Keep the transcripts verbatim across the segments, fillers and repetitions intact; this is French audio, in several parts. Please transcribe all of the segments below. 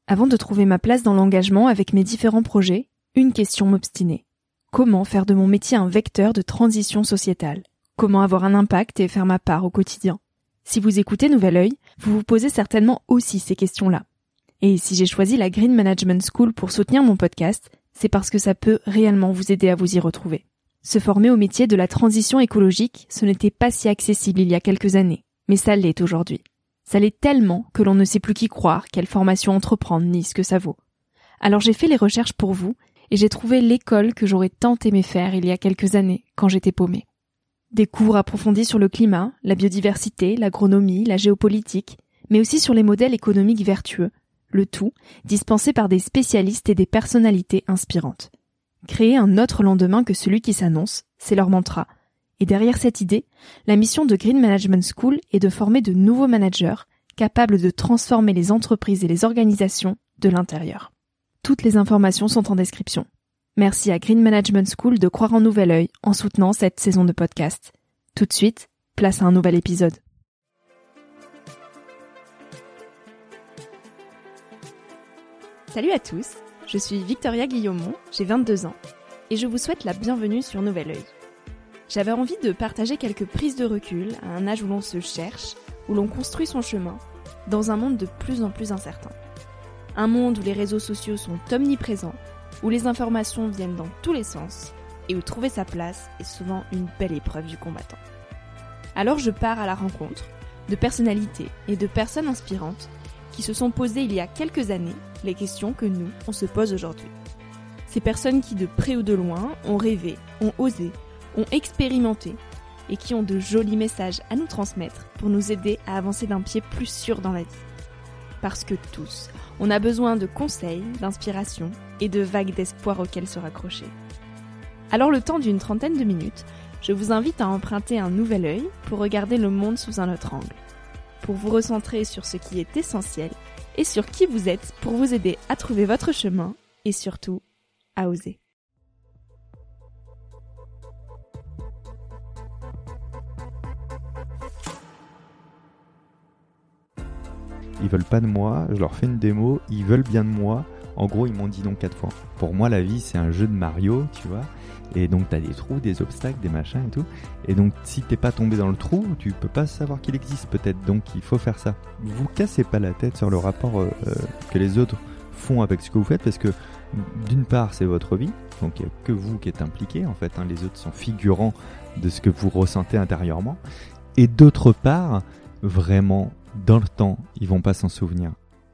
Avant de trouver ma place dans l'engagement avec mes différents projets, une question m'obstinait. Comment faire de mon métier un vecteur de transition sociétale ? Comment avoir un impact et faire ma part au quotidien ? Si vous écoutez Nouvel Œil, vous vous posez certainement aussi ces questions-là. Et si j'ai choisi la Green Management School pour soutenir mon podcast, c'est parce que ça peut réellement vous aider à vous y retrouver. Se former au métier de la transition écologique, ce n'était pas si accessible il y a quelques années, mais ça l'est aujourd'hui. Ça l'est tellement que l'on ne sait plus qui croire, quelle formation entreprendre, ni ce que ça vaut. Alors j'ai fait les recherches pour vous, et j'ai trouvé l'école que j'aurais tant aimé faire il y a quelques années, quand j'étais paumée. Des cours approfondis sur le climat, la biodiversité, l'agronomie, la géopolitique, mais aussi sur les modèles économiques vertueux, le tout dispensé par des spécialistes et des personnalités inspirantes. Créer un autre lendemain que celui qui s'annonce, c'est leur mantra. Et derrière cette idée, la mission de Green Management School est de former de nouveaux managers capables de transformer les entreprises et les organisations de l'intérieur. Toutes les informations sont en description. Merci à Green Management School de croire en Nouvel Œil en soutenant cette saison de podcast. Tout de suite, place à un nouvel épisode. Salut à tous, je suis Victoria Guillaumont, j'ai vingt-deux ans, et je vous souhaite la bienvenue sur Nouvel Œil. J'avais envie de partager quelques prises de recul à un âge où l'on se cherche, où l'on construit son chemin, dans un monde de plus en plus incertain. Un monde où les réseaux sociaux sont omniprésents, où les informations viennent dans tous les sens, et où trouver sa place est souvent une belle épreuve du combattant. Alors je pars à la rencontre de personnalités et de personnes inspirantes qui se sont posées il y a quelques années les questions que nous, on se pose aujourd'hui. Ces personnes qui de près ou de loin ont rêvé, ont osé, ont expérimenté et qui ont de jolis messages à nous transmettre pour nous aider à avancer d'un pied plus sûr dans la vie. Parce que tous, on a besoin de conseils, d'inspiration et de vagues d'espoir auxquelles se raccrocher. Alors le temps d'une trentaine de minutes, je vous invite à emprunter un nouvel œil pour regarder le monde sous un autre angle, pour vous recentrer sur ce qui est essentiel et sur qui vous êtes pour vous aider à trouver votre chemin et surtout à oser. Ils veulent pas de moi, je leur fais une démo, ils veulent bien de moi. En gros, ils m'ont dit non quatre fois. Pour moi, la vie, c'est un jeu de Mario, tu vois. Et donc, t'as des trous, des obstacles, des machins et tout. Et donc, si t'es pas tombé dans le trou, tu peux pas savoir qu'il existe peut-être. Donc, il faut faire ça. Vous cassez pas la tête sur le rapport euh, que les autres font avec ce que vous faites, parce que d'une part, c'est votre vie. Donc, il n'y a que vous qui êtes impliqué, en fait. Hein. Les autres sont figurants de ce que vous ressentez intérieurement. Et d'autre part, vraiment, dans le temps, ils vont pas s'en souvenir.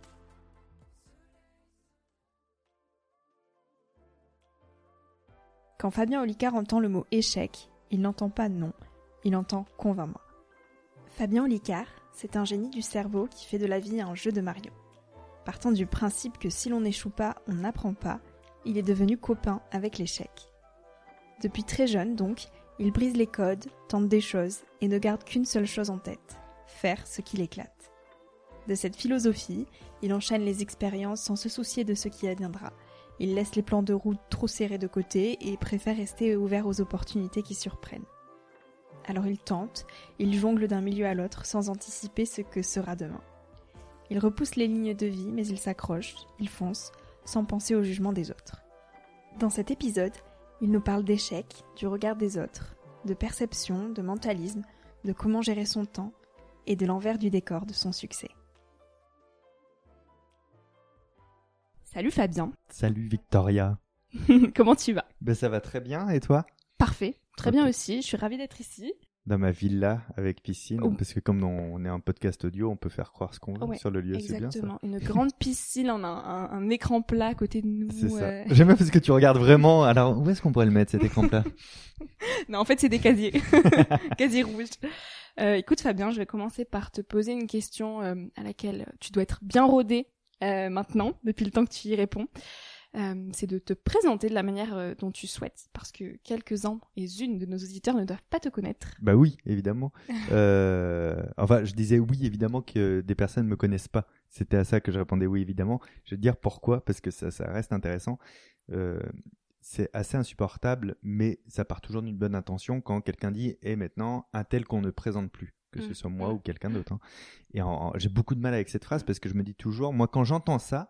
Quand Fabien Olicard entend le mot échec, il n'entend pas non, il entend convainc-moi. Fabien Olicard, c'est un génie du cerveau qui fait de la vie un jeu de Mario. Partant du principe que si l'on n'échoue pas, on n'apprend pas, il est devenu copain avec l'échec. Depuis très jeune donc, il brise les codes, tente des choses et ne garde qu'une seule chose en tête, faire ce qui l'éclate. De cette philosophie, il enchaîne les expériences sans se soucier de ce qui adviendra. Il laisse les plans de route trop serrés de côté et préfère rester ouvert aux opportunités qui surprennent. Alors il tente, il jongle d'un milieu à l'autre sans anticiper ce que sera demain. Il repousse les lignes de vie mais il s'accroche, il fonce, sans penser au jugement des autres. Dans cet épisode, il nous parle d'échec, du regard des autres, de perception, de mentalisme, de comment gérer son temps et de l'envers du décor de son succès. Salut Fabien. Salut Victoria. Comment tu vas ? Ben ça va très bien, et toi ? Parfait, très okay. bien aussi, je suis ravie d'être ici. Dans ma villa avec piscine, oh. parce que comme on est un podcast audio, on peut faire croire ce qu'on veut ouais, sur le lieu, exactement. C'est bien ça. Une grande piscine, on a un, un écran plat à côté de nous. C'est ça. Euh... J'aime bien parce que tu regardes vraiment, alors où est-ce qu'on pourrait le mettre cet écran plat ? Non, en fait c'est des casiers, casiers rouges. Euh, écoute Fabien, je vais commencer par te poser une question euh, à laquelle tu dois être bien rodé euh, maintenant, depuis le temps que tu y réponds. Euh, c'est de te présenter de la manière euh, dont tu souhaites, parce que quelques-uns et unes de nos auditeurs ne doivent pas te connaître. Bah oui, évidemment. euh, enfin, je disais oui, évidemment que des personnes ne me connaissent pas. C'était à ça que je répondais oui, évidemment. Je vais te dire pourquoi, parce que ça, ça reste intéressant. Euh, c'est assez insupportable, mais ça part toujours d'une bonne intention quand quelqu'un dit « et maintenant, un tel qu'on ne présente plus ». Que ce soit moi mmh. ou quelqu'un d'autre. Hein. Et en, en, j'ai beaucoup de mal avec cette phrase parce que je me dis toujours, moi quand j'entends ça,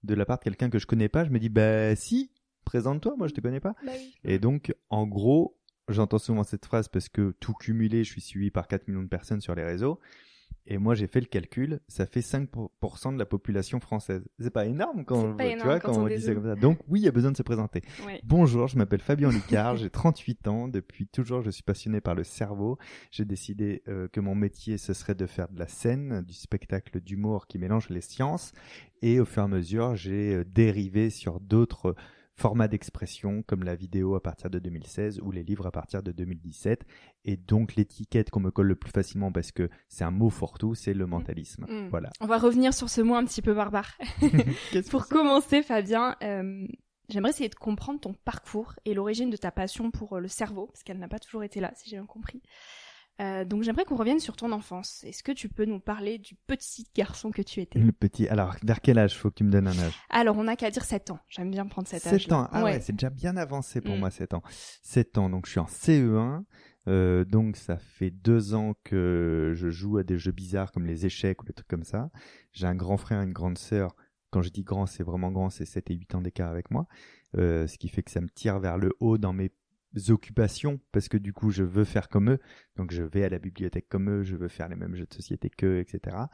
de la part de quelqu'un que je connais pas, je me dis bah si, présente-toi, moi je te connais pas. Bah oui. Et donc en gros, j'entends souvent cette phrase parce que tout cumulé, je suis suivi par quatre millions de personnes sur les réseaux. Et moi, j'ai fait le calcul, ça fait cinq pour cent de la population française. C'est pas énorme quand, C'est pas tu énorme vois, quand quand on on dit ça dézoome. comme ça. Donc oui, il y a besoin de se présenter. Ouais. Bonjour, je m'appelle Fabien Licard, j'ai trente-huit ans. Depuis toujours, je suis passionné par le cerveau. J'ai décidé euh, que mon métier, ce serait de faire de la scène, du spectacle d'humour qui mélange les sciences. Et au fur et à mesure, j'ai euh, dérivé sur d'autres formats d'expression comme la vidéo à partir de deux mille seize ou les livres à partir de deux mille dix-sept. Et donc l'étiquette qu'on me colle le plus facilement parce que c'est un mot fourre-tout, c'est le mentalisme. Mmh. Voilà. On va revenir sur ce mot un petit peu barbare. Pour commencer, Fabien, euh, j'aimerais essayer de comprendre ton parcours et l'origine de ta passion pour le cerveau, parce qu'elle n'a pas toujours été là, si j'ai bien compris. Euh, donc j'aimerais qu'on revienne sur ton enfance. Est-ce que tu peux nous parler du petit garçon que tu étais ? Le petit. Alors, vers quel âge ? Faut que tu me donnes un âge. Alors, on n'a qu'à dire sept ans. J'aime bien prendre cet âge. sept ans. Ah ouais, ouais, c'est déjà bien avancé pour Mm. moi, sept ans. sept ans, donc je suis en C E un. Euh, donc ça fait deux ans que je joue à des jeux bizarres comme les échecs ou des trucs comme ça. J'ai un grand frère et une grande sœur. Quand je dis grand, c'est vraiment grand, c'est sept et huit ans d'écart avec moi. Euh, ce qui fait que ça me tire vers le haut dans mes occupations parce que du coup je veux faire comme eux, donc je vais à la bibliothèque comme eux, je veux faire les mêmes jeux de société qu'eux, et cetera.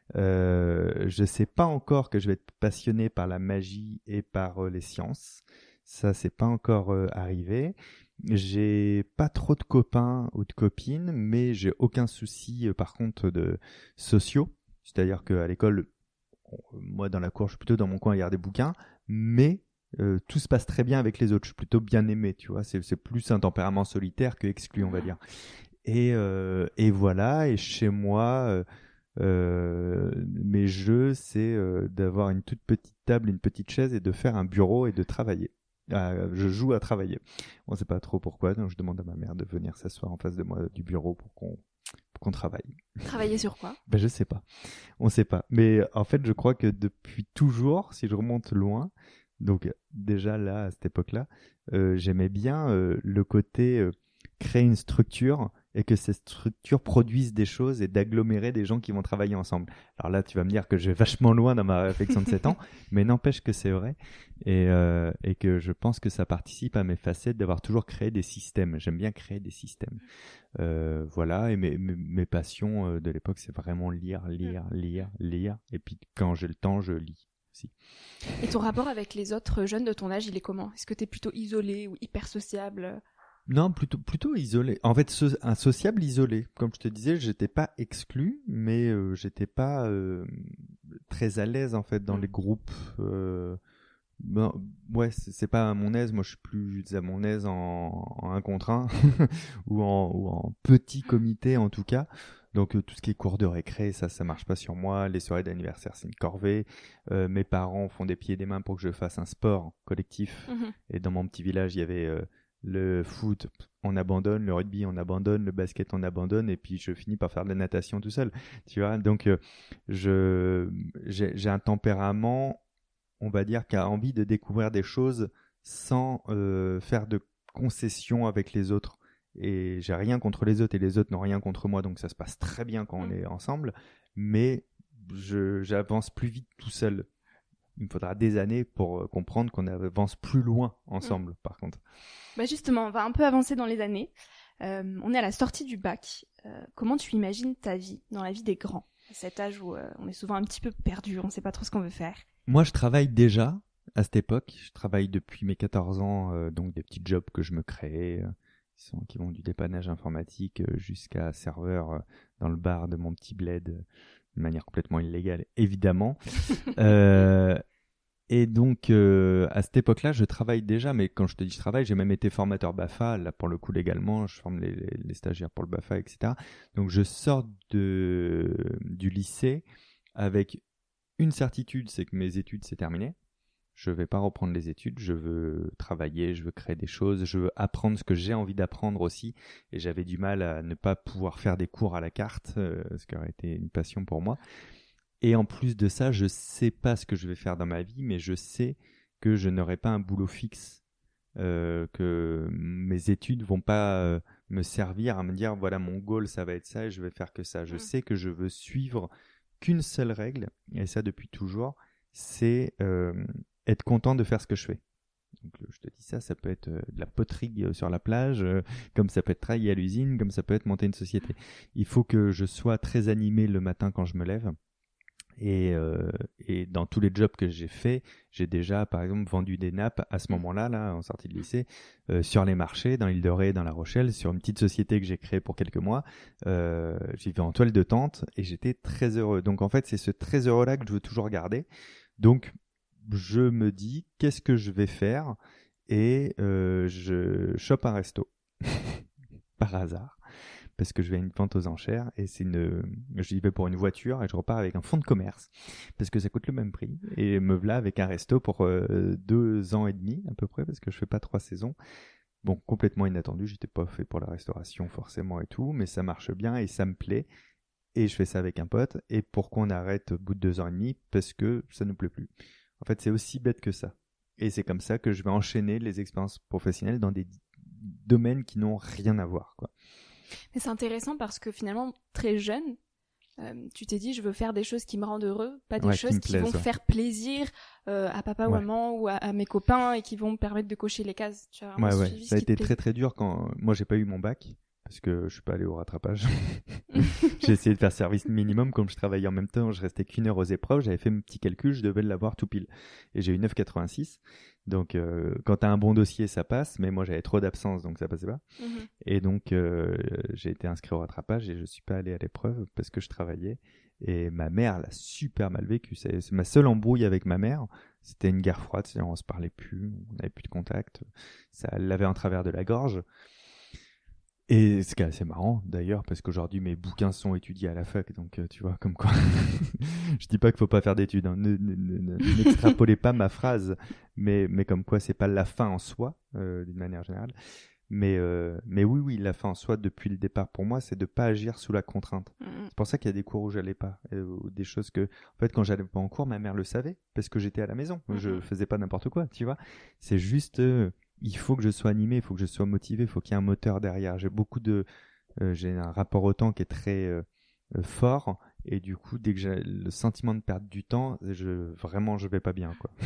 Euh, je sais pas encore que je vais être passionné par la magie et par euh, les sciences, ça c'est pas encore euh, arrivé. J'ai pas trop de copains ou de copines, mais j'ai aucun souci euh, par contre de sociaux, c'est-à-dire qu'à l'école, moi dans la cour je suis plutôt dans mon coin à lire des bouquins, mais Euh, tout se passe très bien avec les autres. Je suis plutôt bien aimé, tu vois. C'est, c'est plus un tempérament solitaire que exclu, on va dire. Et, euh, et voilà. Et chez moi, euh, euh, mes jeux, c'est euh, d'avoir une toute petite table, une petite chaise et de faire un bureau et de travailler. Euh, je joue à travailler. On sait pas trop pourquoi, donc je demande à ma mère de venir s'asseoir en face de moi du bureau pour qu'on, pour qu'on travaille. Travailler sur quoi ? Ben je sais pas. On sait pas. Mais en fait, je crois que depuis toujours, si je remonte loin. Donc déjà là, à cette époque-là, euh, j'aimais bien euh, le côté euh, créer une structure et que cette structure produise des choses et d'agglomérer des gens qui vont travailler ensemble. Alors là, tu vas me dire que je vais vachement loin dans ma réflexion de sept ans, mais n'empêche que c'est vrai et, euh, et que je pense que ça participe à mes facettes d'avoir toujours créé des systèmes. J'aime bien créer des systèmes. Euh, voilà, et mes, mes, mes passions euh, de l'époque, c'est vraiment lire, lire, lire, lire. Et puis quand j'ai le temps, je lis. Si. Et ton rapport avec les autres jeunes de ton âge, il est comment ? Est-ce que t'es plutôt isolé ou hyper sociable ? Non, plutôt plutôt isolé. En fait, so, un sociable isolé. Comme je te disais, j'étais pas exclu, mais euh, j'étais pas euh, très à l'aise en fait dans mmh. les groupes. Euh, ben, ouais, c'est, c'est pas à mon aise. Moi, je suis plus à mon aise en, en un contre un ou en ou en petit comité en tout cas. Donc euh, tout ce qui est cours de récré, ça, ça marche pas sur moi. Les soirées d'anniversaire, c'est une corvée. Euh, mes parents font des pieds et des mains pour que je fasse un sport collectif. Mmh. Et dans mon petit village, il y avait euh, le foot, on abandonne, le rugby, on abandonne, le basket, on abandonne, et puis je finis par faire de la natation tout seul. Tu vois, donc euh, je j'ai, j'ai un tempérament, on va dire, qui a envie de découvrir des choses sans euh, faire de concessions avec les autres. Et j'ai rien contre les autres et les autres n'ont rien contre moi, donc ça se passe très bien quand on est ensemble, mais je, j'avance plus vite tout seul. Il me faudra des années pour comprendre qu'on avance plus loin ensemble, mmh. par contre. Bah justement, on va un peu avancer dans les années. Euh, on est à la sortie du bac. Euh, comment tu imagines ta vie dans la vie des grands, à cet âge où euh, on est souvent un petit peu perdu, on ne sait pas trop ce qu'on veut faire ? Moi, je travaille déjà à cette époque. Je travaille depuis mes quatorze ans, euh, donc des petits jobs que je me crée. Euh, Qui, sont, qui vont du dépannage informatique jusqu'à serveur dans le bar de mon petit bled de manière complètement illégale, évidemment. euh, et donc, euh, à cette époque-là, je travaille déjà, mais quand je te dis je travaille, j'ai même été formateur BAFA, là pour le coup légalement, je forme les, les, les stagiaires pour le BAFA, et cetera. Donc, je sors de, du lycée avec une certitude, c'est que mes études, c'est terminé. Je vais pas reprendre les études, je veux travailler, je veux créer des choses, je veux apprendre ce que j'ai envie d'apprendre aussi. Et j'avais du mal à ne pas pouvoir faire des cours à la carte, euh, ce qui aurait été une passion pour moi. Et en plus de ça, je sais pas ce que je vais faire dans ma vie, mais je sais que je n'aurai pas un boulot fixe, euh, que mes études vont pas euh, me servir à me dire voilà mon goal, ça va être ça et je vais faire que ça. Je sais que je veux suivre qu'une seule règle, et ça depuis toujours. c'est euh, être content de faire ce que je fais. Donc, je te dis ça, ça peut être euh, de la poterie euh, sur la plage, euh, comme ça peut être travailler à l'usine, comme ça peut être monter une société. Il faut que je sois très animé le matin quand je me lève. Et, euh, et dans tous les jobs que j'ai faits, j'ai déjà, par exemple, vendu des nappes à ce moment-là, là, en sortie de lycée, euh, sur les marchés, dans l'île de Ré, dans La Rochelle, sur une petite société que j'ai créée pour quelques mois. Euh, j'y vais en toile de tente et j'étais très heureux. Donc, en fait, c'est ce très heureux-là que je veux toujours garder. Donc, je me dis, qu'est-ce que je vais faire ? Et euh, je chope un resto, par hasard. Parce que je vais à une vente aux enchères et c'est une, j'y vais pour une voiture et je repars avec un fonds de commerce parce que ça coûte le même prix et me voilà avec un resto pour euh, deux ans et demi à peu près parce que je fais pas trois saisons. Bon, complètement inattendu, j'étais pas fait pour la restauration forcément et tout, mais ça marche bien et ça me plaît et je fais ça avec un pote. Et pourquoi on arrête au bout de deux ans et demi ? Parce que ça nous plaît plus. En fait, c'est aussi bête que ça. Et c'est comme ça que je vais enchaîner les expériences professionnelles dans des domaines qui n'ont rien à voir, quoi. Mais c'est intéressant parce que finalement, très jeune, euh, tu t'es dit je veux faire des choses qui me rendent heureux, pas des ouais, choses qui, qui plaisent, vont ouais. faire plaisir euh, à papa ou ouais. à maman ou à, à mes copains et qui vont me permettre de cocher les cases. Tu as ouais, ouais. suivi Ça a ce qui été te très plaisait. très dur quand moi j'ai pas eu mon bac parce que je suis pas allé au rattrapage. J'ai essayé de faire service minimum comme je travaillais en même temps, je restais qu'une heure aux épreuves, j'avais fait mes petits calculs, je devais l'avoir tout pile. Et j'ai eu neuf virgule quatre-vingt-six. Donc euh, quand tu as un bon dossier, ça passe, mais moi j'avais trop d'absence donc ça passait pas. Mm-hmm. Et donc euh, j'ai été inscrit au rattrapage et je suis pas allé à l'épreuve parce que je travaillais. Et ma mère l'a super mal vécu. C'est, c'est ma seule embrouille avec ma mère. C'était une guerre froide, c'est-à-dire on se parlait plus, on n'avait plus de contact. Ça l'avait en travers de la gorge. Et ce qui est assez marrant d'ailleurs, parce qu'aujourd'hui mes bouquins sont étudiés à la fac, donc euh, tu vois, comme quoi. Je dis pas qu'il faut pas faire d'études, hein. ne, ne, ne, n'extrapolez pas ma phrase, mais, mais comme quoi c'est pas la fin en soi, euh, d'une manière générale. Mais, euh, mais oui, oui, la fin en soi, depuis le départ pour moi, c'est de pas agir sous la contrainte. Mmh. C'est pour ça qu'il y a des cours où j'allais pas, euh, des choses que, en fait, quand j'allais pas en cours, ma mère le savait, parce que j'étais à la maison, mmh. je faisais pas n'importe quoi, tu vois. C'est juste, euh, il faut que je sois animé, il faut que je sois motivé, il faut qu'il y ait un moteur derrière. J'ai beaucoup de, euh, j'ai un rapport au temps qui est très euh, euh, fort, et du coup, dès que j'ai le sentiment de perdre du temps, je, vraiment, je vais pas bien, quoi.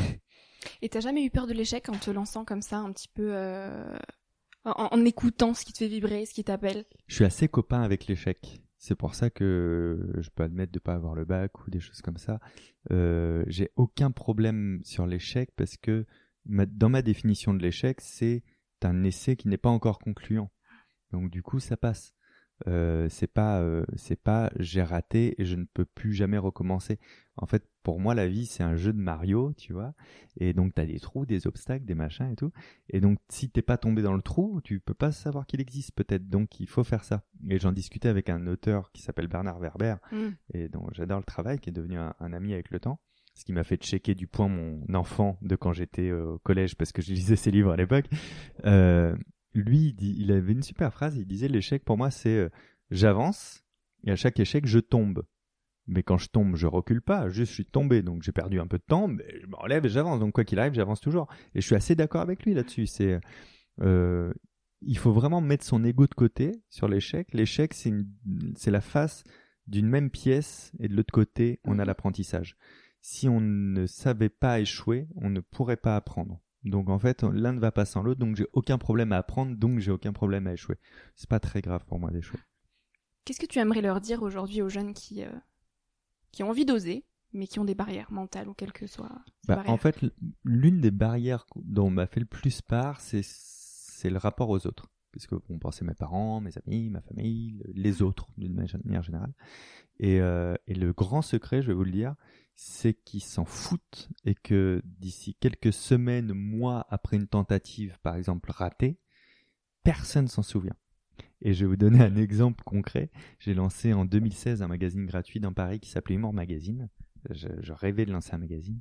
Et t'as jamais eu peur de l'échec en te lançant comme ça, un petit peu, euh... En, en écoutant ce qui te fait vibrer, ce qui t'appelle? Je suis assez copain avec l'échec. C'est pour ça que je peux admettre de ne pas avoir le bac ou des choses comme ça. Euh, j'ai aucun problème sur l'échec parce que ma, dans ma définition de l'échec, c'est un essai qui n'est pas encore concluant. Donc du coup, ça passe. Euh, c'est pas, euh, c'est pas j'ai raté et je ne peux plus jamais recommencer. En fait, pour moi, la vie, c'est un jeu de Mario, tu vois. Et donc, t'as des trous, des obstacles, des machins et tout. Et donc, si t'es pas tombé dans le trou, tu peux pas savoir qu'il existe peut-être. Donc, il faut faire ça. Et j'en discutais avec un auteur qui s'appelle Bernard Werber mm. et dont j'adore le travail, qui est devenu un, un ami avec le temps. Ce qui m'a fait checker du point mon enfant de quand j'étais euh, au collège parce que je lisais ses livres à l'époque. Euh, Lui, il, dit, il avait une super phrase, il disait l'échec pour moi c'est euh, j'avance et à chaque échec je tombe. Mais quand je tombe, je recule pas, juste je suis tombé, donc j'ai perdu un peu de temps, mais je me relève et j'avance, donc quoi qu'il arrive, j'avance toujours. Et je suis assez d'accord avec lui là-dessus, c'est euh, il faut vraiment mettre son ego de côté sur l'échec. L'échec c'est, une, c'est la face d'une même pièce et de l'autre côté, on a l'apprentissage. Si on ne savait pas échouer, on ne pourrait pas apprendre. Donc en fait, l'un ne va pas sans l'autre, donc j'ai aucun problème à apprendre, donc j'ai aucun problème à échouer. C'est pas très grave pour moi d'échouer. Qu'est-ce que tu aimerais leur dire aujourd'hui aux jeunes qui, euh, qui ont envie d'oser, mais qui ont des barrières mentales ou quelles que soient ces bah, barrières? En fait, l'une des barrières dont on m'a fait le plus part, c'est, c'est le rapport aux autres. Parce que bon, pensez mes parents, mes amis, ma famille, les autres d'une manière générale. Et, euh, et le grand secret, je vais vous le dire, c'est qu'ils s'en foutent et que d'ici quelques semaines, mois après une tentative, par exemple, ratée, personne ne s'en souvient. Et je vais vous donner un exemple concret. J'ai lancé en deux mille seize un magazine gratuit dans Paris qui s'appelait Humour Magazine. Je, je rêvais de lancer un magazine.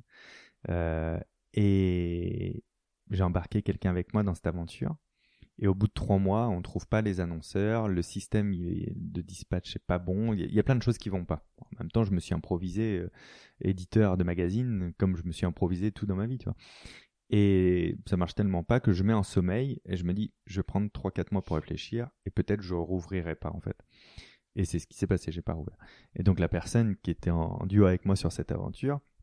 Euh, et j'ai embarqué quelqu'un avec moi dans cette aventure. Et au bout de trois mois, on ne trouve pas les annonceurs, le système de dispatch n'est pas bon, il y a plein de choses qui vont pas. En même temps, je me suis improvisé euh, éditeur de magazine, comme je me suis improvisé tout dans ma vie, tu vois. Et ça marche tellement pas que je mets en sommeil et je me dis, je vais prendre trois quatre mois pour réfléchir et peut-être je rouvrirai pas en fait. Et c'est ce qui s'est passé, j'ai pas rouvert. Et donc la personne qui était en duo avec moi sur cette aventure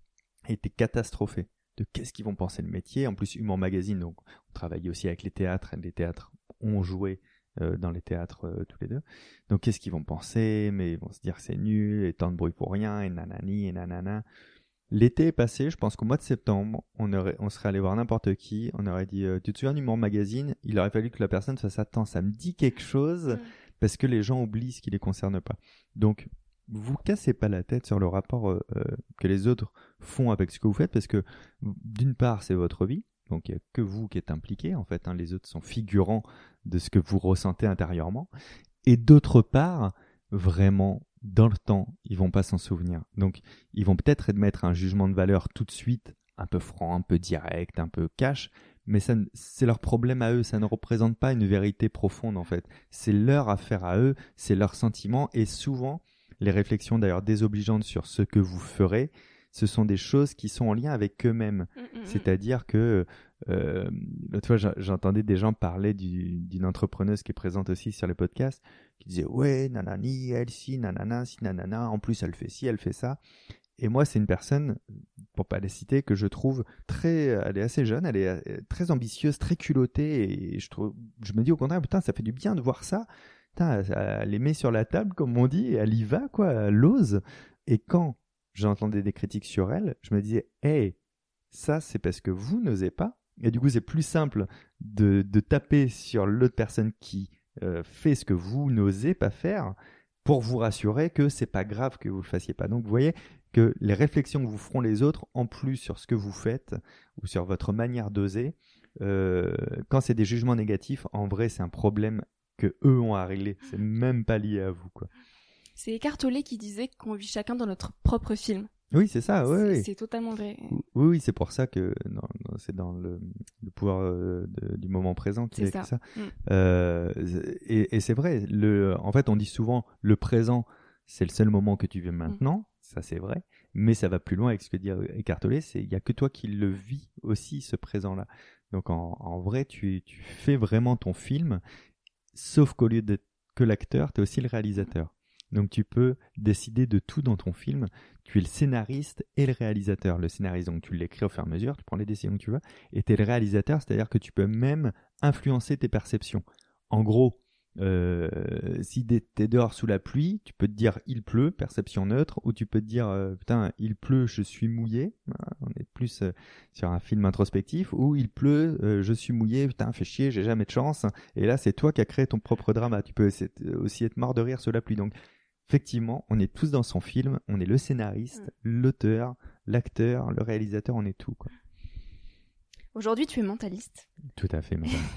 et t'es catastrophé de qu'est-ce qu'ils vont penser le métier. En plus, Humour Magazine, donc on travaillait aussi avec les théâtres, les théâtres ont joué euh, dans les théâtres euh, tous les deux. Donc qu'est-ce qu'ils vont penser, mais ils vont se dire que c'est nul, et tant de bruit pour rien, et nanani, et nanana. L'été est passé, je pense qu'au mois de septembre, on, aurait, on serait allé voir n'importe qui, on aurait dit euh, « Tu te souviens d'Humour Magazine ?» Il aurait fallu que la personne fasse « Attends, ça me dit quelque chose mmh. » parce que les gens oublient ce qui les concerne pas. Donc, vous cassez pas la tête sur le rapport euh, euh, que les autres font avec ce que vous faites, parce que d'une part, c'est votre vie, donc il n'y a que vous qui êtes impliqué, en fait, hein, les autres sont figurants de ce que vous ressentez intérieurement, et d'autre part, vraiment, dans le temps, ils vont pas s'en souvenir. Donc, ils vont peut-être émettre un jugement de valeur tout de suite, un peu franc, un peu direct, un peu cash, mais ça, c'est leur problème à eux, ça ne représente pas une vérité profonde, en fait. C'est leur affaire à eux, c'est leur sentiment, et souvent, les réflexions d'ailleurs désobligeantes sur ce que vous ferez, ce sont des choses qui sont en lien avec eux-mêmes. Mmh, mmh. C'est-à-dire que, euh, l'autre fois, j'entendais des gens parler du, d'une entrepreneuse qui est présente aussi sur les podcasts, qui disait « Ouais, nanani, elle si, nanana, si, nanana, en plus elle fait ci, elle fait ça ». Et moi, c'est une personne, pour pas la citer, que je trouve très, elle est assez jeune, elle est très ambitieuse, très culottée, et je trouve, je me dis au contraire, putain, ça fait du bien de voir ça. Putain, elle les met sur la table, comme on dit, et elle y va, quoi, elle ose. Et quand j'entendais des critiques sur elle, je me disais, hey, ça, c'est parce que vous n'osez pas. Et du coup, c'est plus simple de, de taper sur l'autre personne qui euh, fait ce que vous n'osez pas faire pour vous rassurer que c'est pas grave que vous le fassiez pas. Donc, vous voyez que les réflexions que vous feront les autres, en plus sur ce que vous faites ou sur votre manière d'oser, euh, quand c'est des jugements négatifs, en vrai, c'est un problème que eux ont à régler. C'est même pas lié à vous, quoi. C'est Eckhart Tolle qui disait qu'on vit chacun dans notre propre film. Oui, c'est ça, oui. C'est, oui. c'est totalement vrai. Oui, oui, c'est pour ça que non, non, c'est dans le, le pouvoir euh, de, du moment présent qu'il c'est a ça. écrit ça. Mm. Euh, et, et c'est vrai, le, en fait, on dit souvent le présent, c'est le seul moment que tu vis maintenant, mm. ça c'est vrai, mais ça va plus loin avec ce que dit Eckhart Tolle, c'est il n'y a que toi qui le vis aussi, ce présent-là. Donc en, en vrai, tu, tu fais vraiment ton film, sauf qu'au lieu d'être que l'acteur, tu es aussi le réalisateur. Donc tu peux décider de tout dans ton film. Tu es le scénariste et le réalisateur. Le scénariste, donc tu l'écris au fur et à mesure, tu prends les décisions que tu veux, et tu es le réalisateur, c'est-à-dire que tu peux même influencer tes perceptions. En gros, euh, si t'es dehors sous la pluie, tu peux te dire il pleut, perception neutre, ou tu peux te dire euh, putain il pleut, je suis mouillé. On est plus euh, sur un film introspectif, ou il pleut, euh, je suis mouillé, putain fais chier, j'ai jamais de chance. Et là c'est toi qui as créé ton propre drama. Tu peux aussi être mort de rire sous la pluie. Donc effectivement, on est tous dans son film, on est le scénariste, mmh. l'auteur, l'acteur, le réalisateur, on est tout, quoi. Aujourd'hui, tu es mentaliste. Tout à fait, madame.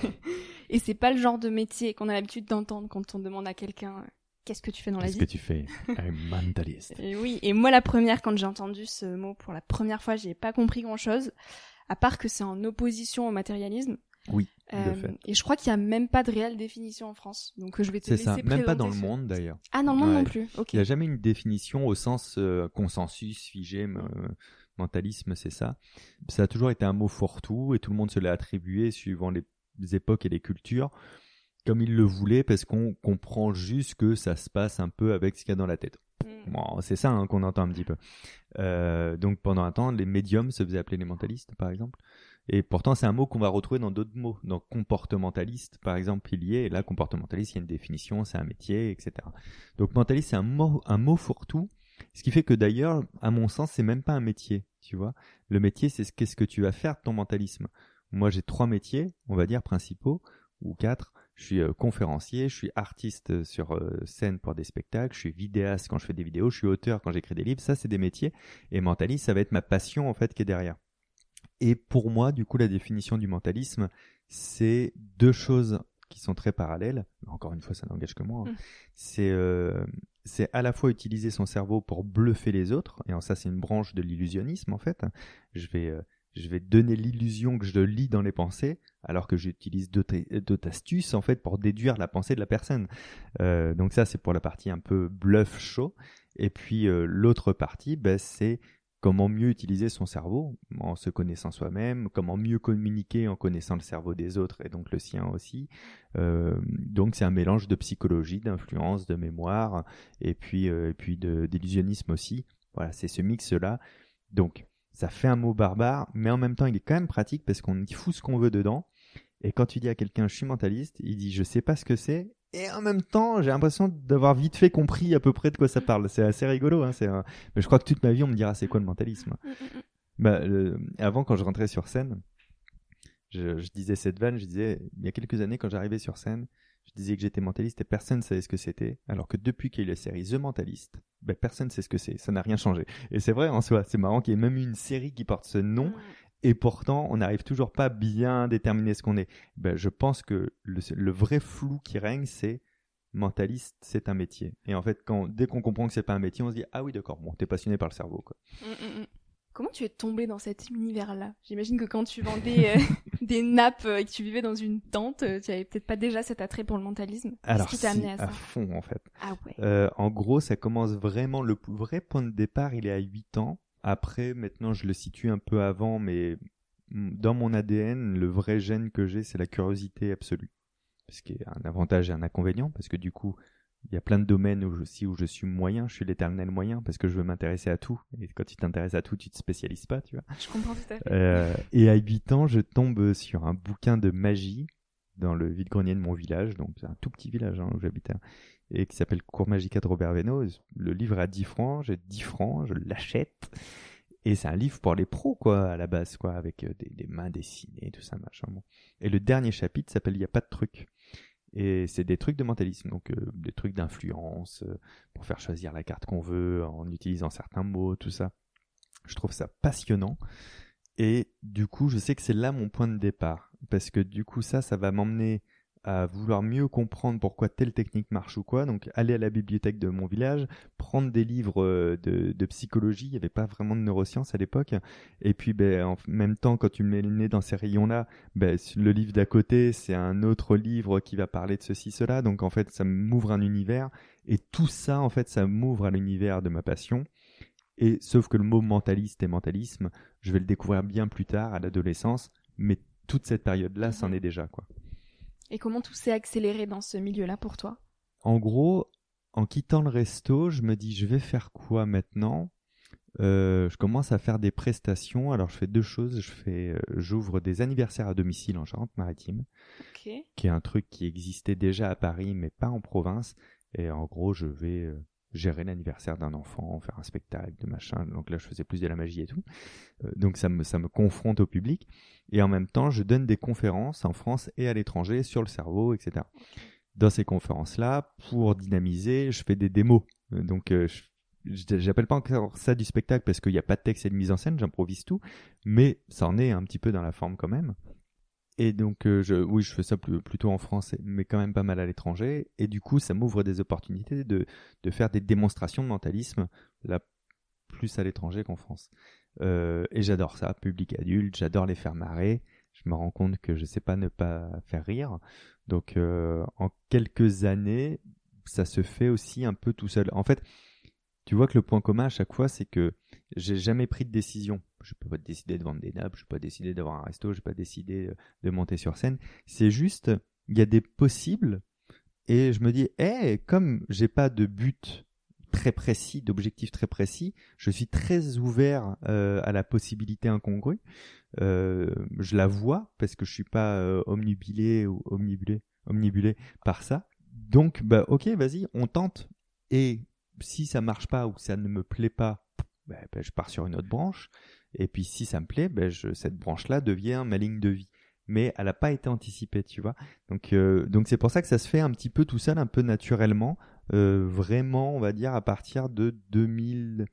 Et c'est pas le genre de métier qu'on a l'habitude d'entendre quand on demande à quelqu'un euh, qu'est-ce que tu fais dans qu'est-ce la vie. Qu'est-ce que tu fais? Un mentaliste. Et oui, et moi la première, quand j'ai entendu ce mot pour la première fois, j'ai pas compris grand-chose, à part que c'est en opposition au matérialisme. Oui, euh, de fait. Et je crois qu'il y a même pas de réelle définition en France. Donc je vais te c'est laisser ça. présenter. Même pas dans le ce... monde d'ailleurs. Ah, dans le monde ouais. non plus. Ok. Il n'y a jamais une définition au sens euh, consensus, figé, euh, mentalisme, c'est ça. Ça a toujours été un mot fourre-tout et tout le monde se l'a attribué suivant les époques et les cultures comme il le voulait, parce qu'on comprend juste que ça se passe un peu avec ce qu'il y a dans la tête. Mm. Bon, c'est ça hein, qu'on entend un petit peu. Euh, donc pendant un temps, les médiums se faisaient appeler les mentalistes, par exemple. Et pourtant, c'est un mot qu'on va retrouver dans d'autres mots. Donc comportementaliste, par exemple, il y est. Et là, comportementaliste, il y a une définition, c'est un métier, et cetera. Donc mentaliste, c'est un mot, un mot fourre-tout. Ce qui fait que d'ailleurs, à mon sens, c'est même pas un métier, tu vois. Le métier, c'est ce, qu'est-ce que tu vas faire de ton mentalisme. Moi, j'ai trois métiers, on va dire, principaux, ou quatre. Je suis euh, conférencier, je suis artiste sur euh, scène pour des spectacles, je suis vidéaste quand je fais des vidéos, je suis auteur quand j'écris des livres. Ça, c'est des métiers. Et mentaliste, ça va être ma passion, en fait, qui est derrière. Et pour moi, du coup, la définition du mentalisme, c'est deux choses qui sont très parallèles. Encore une fois, ça n'engage que moi. Hein. Mmh. C'est, euh, c'est à la fois utiliser son cerveau pour bluffer les autres. Et en ça, c'est une branche de l'illusionnisme, en fait. Je vais... Euh, Je vais donner l'illusion que je lis dans les pensées, alors que j'utilise d'autres, d'autres astuces en fait pour déduire la pensée de la personne. Euh, donc ça, c'est pour la partie un peu bluff show. Et puis euh, l'autre partie, ben, c'est comment mieux utiliser son cerveau en se connaissant soi-même, comment mieux communiquer en connaissant le cerveau des autres et donc le sien aussi. Euh, donc c'est un mélange de psychologie, d'influence, de mémoire et puis euh, et puis de, d'illusionnisme aussi. Voilà, c'est ce mix-là. Donc ça fait un mot barbare, mais en même temps, il est quand même pratique parce qu'on y fout ce qu'on veut dedans. Et quand tu dis à quelqu'un, je suis mentaliste, il dit, je sais pas ce que c'est. Et en même temps, j'ai l'impression d'avoir vite fait compris à peu près de quoi ça parle. C'est assez rigolo. Hein, c'est un... Mais je crois que toute ma vie, on me dira, c'est quoi le mentalisme? Bah, euh, avant, quand je rentrais sur scène, je, je disais cette vanne, je disais, il y a quelques années, quand j'arrivais sur scène, je disais que j'étais mentaliste et personne ne savait ce que c'était. Alors que depuis qu'il y a eu la série The Mentalist, ben personne ne sait ce que c'est. Ça n'a rien changé. Et c'est vrai en soi. C'est marrant qu'il y ait même eu une série qui porte ce nom. Et pourtant, on n'arrive toujours pas bien à déterminer ce qu'on est. Ben, je pense que le, le vrai flou qui règne, c'est mentaliste, c'est un métier. Et en fait, quand, dès qu'on comprend que c'est pas un métier, on se dit, ah oui, d'accord, bon, t'es passionné par le cerveau, quoi. Mm, mm. Comment tu es tombé dans cet univers-là? J'imagine que quand tu vendais euh, des nappes et que tu vivais dans une tente, tu avais peut-être pas déjà cet attrait pour le mentalisme. Alors, Qu'est-ce qui t'a si, amené à ça? à fond, en fait. Ah ouais. Euh, en gros, ça commence vraiment, le vrai point de départ, il est à huit ans. Après, maintenant, je le situe un peu avant, mais dans mon A D N, le vrai gène que j'ai, c'est la curiosité absolue. Ce qui est un avantage et un inconvénient, parce que du coup, il y a plein de domaines où aussi où je suis moyen, je suis l'éternel moyen, parce que je veux m'intéresser à tout. Et quand tu t'intéresses à tout, tu te spécialises pas, tu vois. Je comprends tout à fait. Euh, et à huit ans, je tombe sur un bouquin de magie dans le vide-grenier de mon village, donc c'est un tout petit village hein, où j'habitais, et qui s'appelle Cours Magica de Robert Veno. Le livre à dix francs, j'ai dix francs, je l'achète. Et c'est un livre pour les pros, quoi, à la base, quoi, avec des, des mains dessinées, tout ça, machin. Bon. Et le dernier chapitre s'appelle Il n'y a pas de truc. Et c'est des trucs de mentalisme, donc euh, des trucs d'influence, euh, pour faire choisir la carte qu'on veut, en utilisant certains mots, tout ça. Je trouve ça passionnant. Et du coup, je sais que c'est là mon point de départ. Parce que du coup, ça, ça va m'emmener à vouloir mieux comprendre pourquoi telle technique marche ou quoi. Donc, aller à la bibliothèque de mon village, prendre des livres de, de psychologie. Il n'y avait pas vraiment de neurosciences à l'époque. Et puis, ben, en même temps, quand tu me mets le nez dans ces rayons-là, ben, le livre d'à côté, c'est un autre livre qui va parler de ceci, cela. Donc, en fait, ça m'ouvre un univers. Et tout ça, en fait, ça m'ouvre à l'univers de ma passion. Et sauf que le mot mentaliste et mentalisme, je vais le découvrir bien plus tard, à l'adolescence. Mais toute cette période-là, c'en est déjà, quoi. Et comment tout s'est accéléré dans ce milieu-là pour toi? En gros, en quittant le resto, je me dis, je vais faire quoi maintenant? euh, Je commence à faire des prestations. Alors, je fais deux choses. Je fais, euh, j'ouvre des anniversaires à domicile en Charente-Maritime, okay. qui est un truc qui existait déjà à Paris, mais pas en province. Et en gros, je vais euh, gérer l'anniversaire d'un enfant, faire un spectacle, de machin. Donc là, je faisais plus de la magie et tout. Euh, donc ça me, ça me confronte au public. Et en même temps, je donne des conférences en France et à l'étranger sur le cerveau, et cetera. Dans ces conférences-là, pour dynamiser, je fais des démos. Donc, euh, je, j'appelle pas encore ça du spectacle parce qu'il n'y a pas de texte et de mise en scène, j'improvise tout, mais ça en est un petit peu dans la forme quand même. Et donc, euh, je, oui, je fais ça plus, plutôt en France, mais quand même pas mal à l'étranger. Et du coup, ça m'ouvre des opportunités de, de faire des démonstrations de mentalisme, là, plus à l'étranger qu'en France. Euh, et j'adore ça, public adulte, j'adore les faire marrer. Je me rends compte que je sais pas ne pas faire rire. Donc, euh, en quelques années, ça se fait aussi un peu tout seul. En fait, tu vois que le point commun à chaque fois, c'est que j'ai jamais pris de décision. Je peux pas décider de vendre des nappes, je peux pas décider d'avoir un resto, je peux pas décider de monter sur scène. C'est juste, il y a des possibles et je me dis, hé, hey, comme j'ai pas de but très précis, d'objectif très précis, je suis très ouvert euh, à la possibilité incongrue. Euh, je la vois parce que je suis pas euh, omnibilé ou omnibulé, omnibulé par ça. Donc, bah, ok, vas-y, on tente. Et si ça marche pas ou que ça ne me plaît pas, bah, bah, je pars sur une autre branche. Et puis si ça me plaît, bah, je, cette branche-là devient ma ligne de vie. Mais elle n'a pas été anticipée, tu vois. Donc, euh, donc c'est pour ça que ça se fait un petit peu tout seul, un peu naturellement. Euh, vraiment, on va dire, à partir de deux mille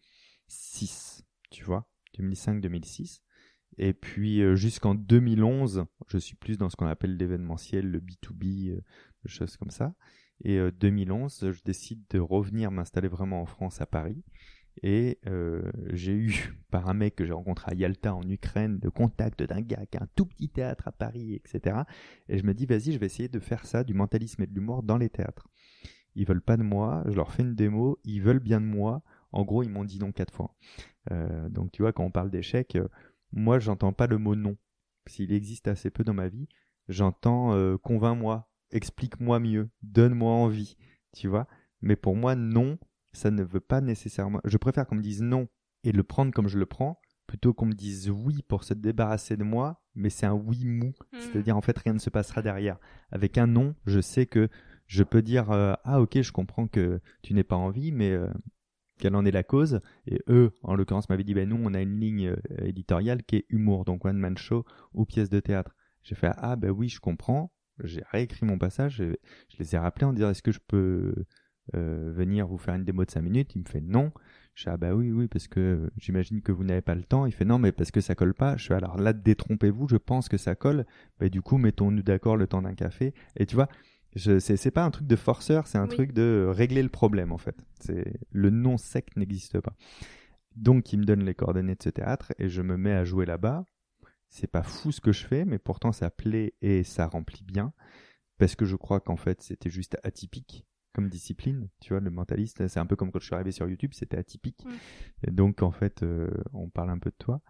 six, tu vois, deux mille cinq deux mille six. Et puis euh, jusqu'en deux mille onze, je suis plus dans ce qu'on appelle l'événementiel, le B deux B, euh, des choses comme ça. Et euh, deux mille onze, je décide de revenir m'installer vraiment en France, à Paris. Et euh, j'ai eu, par un mec que j'ai rencontré à Yalta en Ukraine, le contact d'un gars qui a un tout petit théâtre à Paris, et cetera. Et je me dis, vas-y, je vais essayer de faire ça, du mentalisme et de l'humour dans les théâtres. Ils veulent pas de moi, je leur fais une démo, ils veulent bien de moi. En gros, ils m'ont dit non quatre fois. Euh, donc tu vois, quand on parle d'échec, euh, moi, j'entends pas le mot non. S'il existe assez peu dans ma vie, j'entends euh, convainc-moi, explique-moi mieux, donne-moi envie, tu vois. Mais pour moi, non, ça ne veut pas nécessairement... Je préfère qu'on me dise non et le prendre comme je le prends, plutôt qu'on me dise oui pour se débarrasser de moi, mais c'est un oui mou. Mmh. C'est-à-dire, en fait, rien ne se passera derrière. Avec un non, je sais que je peux dire euh, « Ah, ok, je comprends que tu n'aies pas envie, mais euh, quelle en est la cause ?» Et eux, en l'occurrence, m'avaient dit « Ben nous, on a une ligne euh, éditoriale qui est humour, donc one-man show ou pièce de théâtre. » J'ai fait « Ah, ben oui, je comprends. » J'ai réécrit mon passage, je, je les ai rappelés en disant « Est-ce que je peux euh, venir vous faire une démo de cinq minutes ?» Il me fait « Non. » Je fais « Ah bah oui, oui, parce que j'imagine que vous n'avez pas le temps. » Il fait « Non, mais parce que ça colle pas. » Je fais « Alors là, détrompez-vous, je pense que ça colle. Bah, du coup, mettons-nous d'accord le temps d'un café. » Et tu vois, je, c'est, c'est pas un truc de forceur, c'est un oui. truc de régler le problème, en fait. C'est, le non sec n'existe pas. Donc, il me donne les coordonnées de ce théâtre et je me mets à jouer là-bas. C'est pas fou ce que je fais, mais pourtant ça plaît et ça remplit bien. Parce que je crois qu'en fait, c'était juste atypique comme discipline, tu vois, le mentaliste, c'est un peu comme quand je suis arrivé sur YouTube, c'était atypique. Mmh. Et donc, en fait, euh, on parle un peu de toi.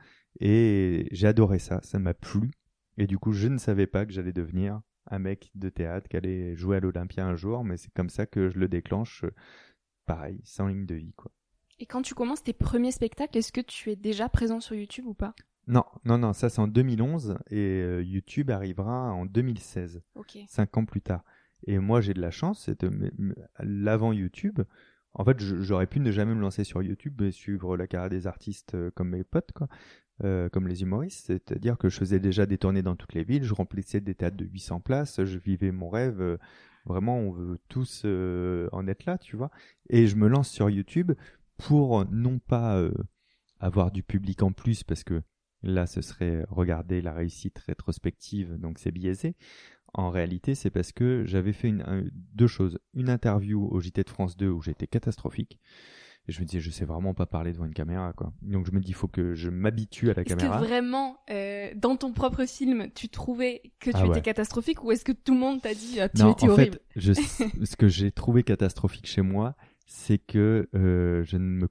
Et j'ai adoré ça, ça m'a plu. Et du coup, je ne savais pas que j'allais devenir un mec de théâtre, qui allait jouer à l'Olympia un jour, mais c'est comme ça que je le déclenche, pareil, sans ligne de vie, quoi. Et quand tu commences tes premiers spectacles, est-ce que tu es déjà présent sur YouTube ou pas ? Non, non, non, ça c'est en deux mille onze et euh, YouTube arrivera en deux mille seize, okay. Cinq ans plus tard. Et moi, j'ai de la chance, c'est de l'avant YouTube. En fait, j'aurais pu ne jamais me lancer sur YouTube et suivre la carrière des artistes comme mes potes, quoi, euh, comme les humoristes. C'est-à-dire que je faisais déjà des tournées dans toutes les villes, je remplissais des théâtres de huit cents places, je vivais mon rêve. Euh, vraiment, on veut tous euh, en être là, tu vois. Et je me lance sur YouTube pour non pas euh, avoir du public en plus, parce que là, ce serait regarder la réussite rétrospective, donc c'est biaisé. En réalité, c'est parce que j'avais fait une, un, deux choses. Une interview au J T de France deux où j'étais catastrophique. Et je me disais, je sais vraiment pas parler devant une caméra, quoi. Donc je me dis, il faut que je m'habitue à la est-ce caméra. Est-ce que vraiment, euh, dans ton propre film, tu trouvais que tu ah étais ouais. catastrophique, ou est-ce que tout le monde t'a dit, ah, tu non, étais en horrible? fait, je, ce que j'ai trouvé catastrophique chez moi, c'est que euh, je ne me,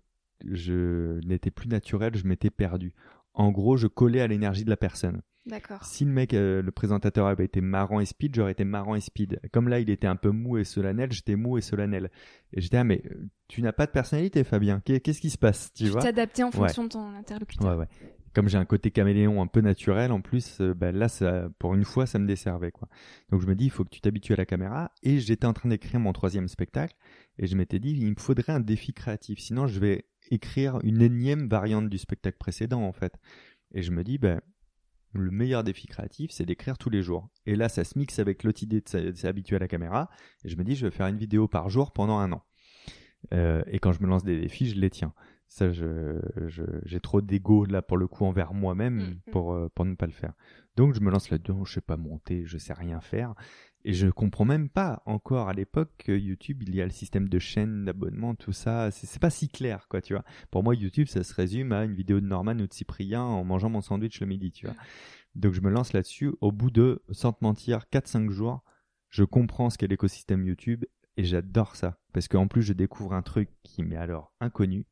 je n'étais plus naturel, je m'étais perdu. En gros, je collais à l'énergie de la personne. D'accord. Si le mec, euh, le présentateur avait été marrant et speed, j'aurais été marrant et speed. Comme là, il était un peu mou et solennel, j'étais mou et solennel. Et j'étais, ah, mais tu n'as pas de personnalité, Fabien. Qu'est-ce qui se passe, tu, tu vois? Tu t'adaptais en fonction ouais. de ton interlocuteur. Ouais, ouais. Comme j'ai un côté caméléon un peu naturel, en plus, euh, bah, là, ça, pour une fois, ça me desservait, quoi. Donc je me dis, il faut que tu t'habitues à la caméra. Et j'étais en train d'écrire mon troisième spectacle. Et je m'étais dit, il me faudrait un défi créatif. Sinon, je vais écrire une énième variante du spectacle précédent, en fait. Et je me dis, ben, le meilleur défi créatif, c'est d'écrire tous les jours. Et là, ça se mixe avec l'autre idée de s'habituer à la caméra. Et je me dis, je vais faire une vidéo par jour pendant un an. Euh, et quand je me lance des défis, je les tiens. Ça, je, je, j'ai trop d'ego là pour le coup envers moi-même mmh. pour, euh, pour ne pas le faire. Donc, je me lance là-dedans. Je sais pas monter, je sais rien faire. Et je comprends même pas encore à l'époque que YouTube, il y a le système de chaîne, d'abonnement, tout ça. C'est, c'est pas si clair, quoi, tu vois. Pour moi, YouTube, ça se résume à une vidéo de Norman ou de Cyprien en mangeant mon sandwich le midi, tu vois. Donc, je me lance là-dessus. Au bout de, sans te mentir, quatre cinq jours, je comprends ce qu'est l'écosystème YouTube et j'adore ça. Parce qu'en plus, je découvre un truc qui m'est alors inconnu.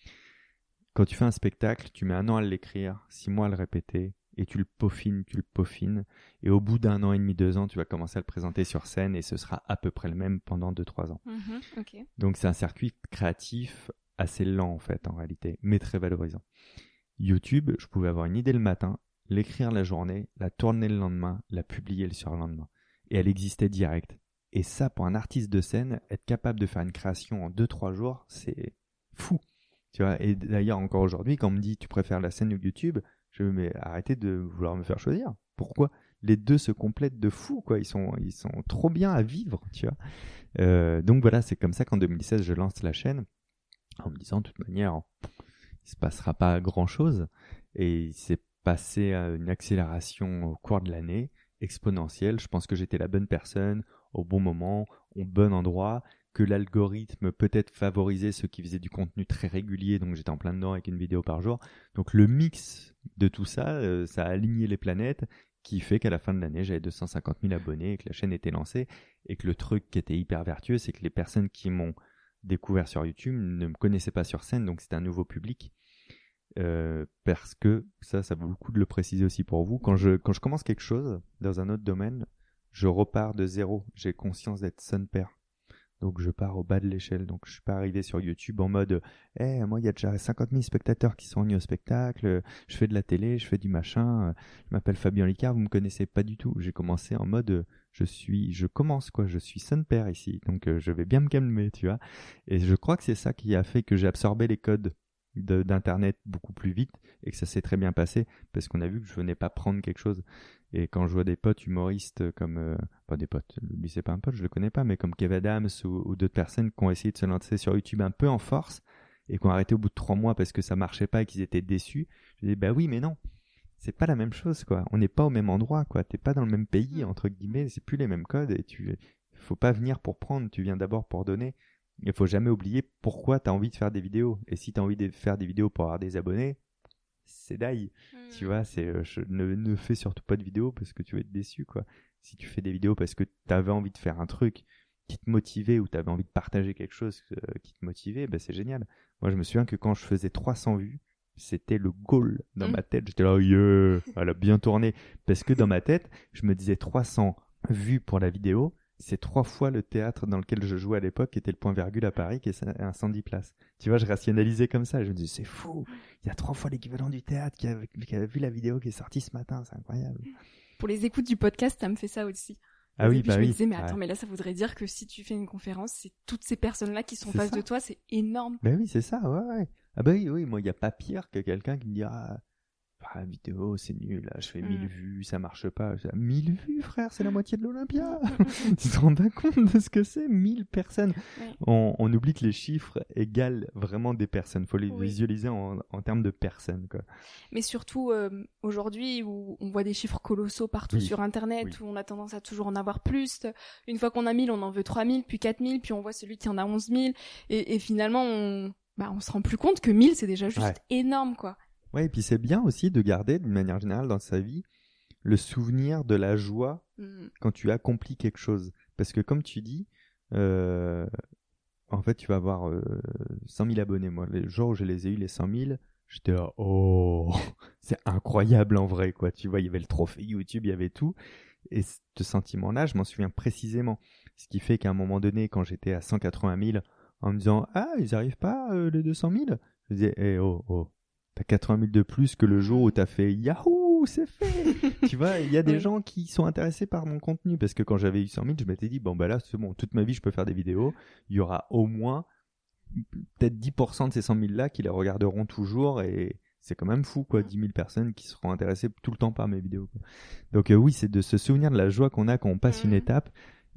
Quand tu fais un spectacle, tu mets un an à l'écrire, six mois à le répéter, et tu le peaufines, tu le peaufines, et au bout d'un an et demi, deux ans, tu vas commencer à le présenter sur scène, et ce sera à peu près le même pendant deux, trois ans. Mmh, okay. Donc c'est un circuit créatif assez lent en fait, en réalité, mais très valorisant. YouTube, je pouvais avoir une idée le matin, l'écrire la journée, la tourner le lendemain, la publier le surlendemain. Et elle existait direct. Et ça, pour un artiste de scène, être capable de faire une création en deux, trois jours, c'est fou. Tu vois, et d'ailleurs, encore aujourd'hui, quand on me dit tu préfères la scène ou YouTube, je me mais arrêtez de vouloir me faire choisir. Pourquoi? Les deux se complètent de fou, quoi. Ils sont, ils sont trop bien à vivre, tu vois. Euh, donc voilà, c'est comme ça qu'en deux mille seize, je lance la chaîne en me disant, de toute manière, il se passera pas grand chose. Et il s'est passé une accélération au cours de l'année, exponentielle. Je pense que j'étais la bonne personne, au bon moment, au bon endroit, que l'algorithme peut-être favorisait ceux qui faisaient du contenu très régulier, donc j'étais en plein dedans avec une vidéo par jour. Donc le mix de tout ça, euh, ça a aligné les planètes, qui fait qu'à la fin de l'année, j'avais deux cent cinquante mille abonnés et que la chaîne était lancée. Et que le truc qui était hyper vertueux, c'est que les personnes qui m'ont découvert sur YouTube ne me connaissaient pas sur scène, donc c'était un nouveau public. Euh, parce que, ça, ça vaut le coup de le préciser aussi pour vous, quand je, quand je commence quelque chose dans un autre domaine, je repars de zéro. J'ai conscience d'être son père. Donc je pars au bas de l'échelle. Donc je suis pas arrivé sur YouTube en mode eh hey, moi il y a déjà cinquante mille spectateurs qui sont venus au spectacle, je fais de la télé, je fais du machin, je m'appelle Fabien Licard, vous me connaissez pas du tout. J'ai commencé en mode je suis je commence quoi, je suis son père ici. Donc euh, je vais bien me calmer, tu vois. Et je crois que c'est ça qui a fait que j'ai absorbé les codes de, d'internet beaucoup plus vite et que ça s'est très bien passé parce qu'on a vu que je venais pas prendre quelque chose. Et quand je vois des potes humoristes comme euh, pas des potes, lui c'est pas un pote, je le connais pas, mais comme Kev Adams ou, ou d'autres personnes qui ont essayé de se lancer sur YouTube un peu en force et qui ont arrêté au bout de trois mois parce que ça marchait pas et qu'ils étaient déçus, je dis bah oui mais non, c'est pas la même chose quoi, on n'est pas au même endroit quoi, t'es pas dans le même pays entre guillemets, c'est plus les mêmes codes et tu faut pas venir pour prendre, tu viens d'abord pour donner. Il faut jamais oublier pourquoi t'as envie de faire des vidéos, et si t'as envie de faire des vidéos pour avoir des abonnés, c'est d'ail, mmh. tu vois, c'est euh, je, ne, ne fais surtout pas de vidéos parce que tu vas être déçu quoi. Si tu fais des vidéos parce que t'avais envie de faire un truc qui te motivait ou t'avais envie de partager quelque chose euh, qui te motivait, ben c'est génial. Moi je me souviens que quand je faisais trois cents vues, c'était le goal dans mmh. ma tête. J'étais là, yeah, elle a bien tourné, parce que dans ma tête, je me disais trois cents vues pour la vidéo. C'est trois fois le théâtre dans lequel je jouais à l'époque, qui était le Point Virgule à Paris, qui est un cent dix places. Tu vois, je rationalisais comme ça. Je me disais, c'est fou. Il y a trois fois l'équivalent du théâtre qui a, qui a vu la vidéo qui est sortie ce matin. C'est incroyable. Pour les écoutes du podcast, ça me fait ça aussi. Ah oui, puis bah je oui. me disais, mais attends, ouais. mais là, ça voudrait dire que si tu fais une conférence, c'est toutes ces personnes-là qui sont en face de toi, c'est énorme. Ben oui, c'est ça, ouais, ouais. Ah bah oui, oui, moi, il n'y a pas pire que quelqu'un qui me dira, ah, la vidéo, c'est nul, là, je fais mmh. mille vues, ça marche pas. mille vues, frère, c'est la moitié de l'Olympia. Tu te rends pas compte de ce que c'est, mille personnes. Ouais. On, on oublie que les chiffres égalent vraiment des personnes. Faut les oui. visualiser en, en termes de personnes, quoi. Mais surtout, euh, aujourd'hui, où on voit des chiffres colossaux partout oui. sur Internet, oui. où on a tendance à toujours en avoir plus. Une fois qu'on a mille, on en veut trois mille, puis quatre mille, puis on voit celui qui en a onze mille. Et, et finalement, on, bah, on se rend plus compte que mille, c'est déjà juste ouais. énorme, quoi. Ouais, et puis c'est bien aussi de garder, d'une manière générale, dans sa vie, le souvenir de la joie mmh. quand tu accomplis quelque chose. Parce que comme tu dis, euh, en fait, tu vas avoir euh, cent mille abonnés. Moi, les jours où je les ai eu, les cent mille, j'étais là, oh, c'est incroyable en vrai, quoi. Tu vois, il y avait le trophée YouTube, il y avait tout. Et ce sentiment-là, je m'en souviens précisément. Ce qui fait qu'à un moment donné, quand j'étais à cent quatre-vingt mille, en me disant, ah, ils arrivent pas, euh, les deux cent mille, je disais, eh, oh, oh. T'as quatre-vingt mille de plus que le jour où t'as fait Yahoo, c'est fait. Tu vois, il y a des ouais. gens qui sont intéressés par mon contenu parce que quand j'avais eu cent mille, je m'étais dit bon bah là c'est bon, toute ma vie je peux faire des vidéos. Il y aura au moins peut-être dix pour cent de ces cent mille là qui les regarderont toujours et c'est quand même fou quoi, dix mille personnes qui seront intéressées tout le temps par mes vidéos. Quoi. Donc euh, oui, c'est de se souvenir de la joie qu'on a quand on passe mmh. une étape.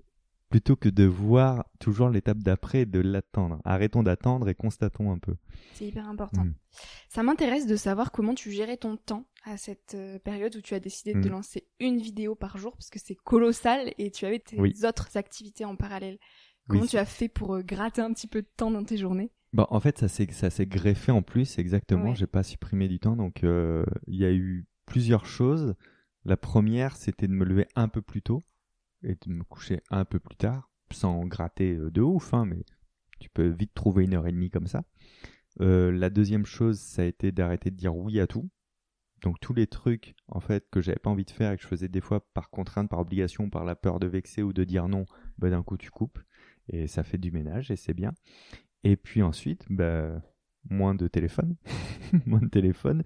Plutôt que de voir toujours l'étape d'après et de l'attendre. Arrêtons d'attendre et constatons un peu. C'est hyper important. Mmh. Ça m'intéresse de savoir comment tu gérais ton temps à cette euh, période où tu as décidé de mmh. te lancer une vidéo par jour, parce que c'est colossal et tu avais tes oui. autres activités en parallèle. Comment oui. tu as fait pour euh, gratter un petit peu de temps dans tes journées ? Bon, en fait, ça s'est, ça s'est greffé en plus, exactement. Ouais. J'ai pas supprimé du temps, donc il euh, y a eu plusieurs choses. La première, c'était de me lever un peu plus tôt et de me coucher un peu plus tard, sans gratter de ouf, hein, mais tu peux vite trouver une heure et demie comme ça. Euh, la deuxième chose, ça a été d'arrêter de dire oui à tout. Donc tous les trucs, en fait, que j'avais pas envie de faire et que je faisais des fois par contrainte, par obligation, par la peur de vexer ou de dire non, bah d'un coup tu coupes et ça fait du ménage et c'est bien. Et puis ensuite, bah moins de téléphone, moins de téléphone.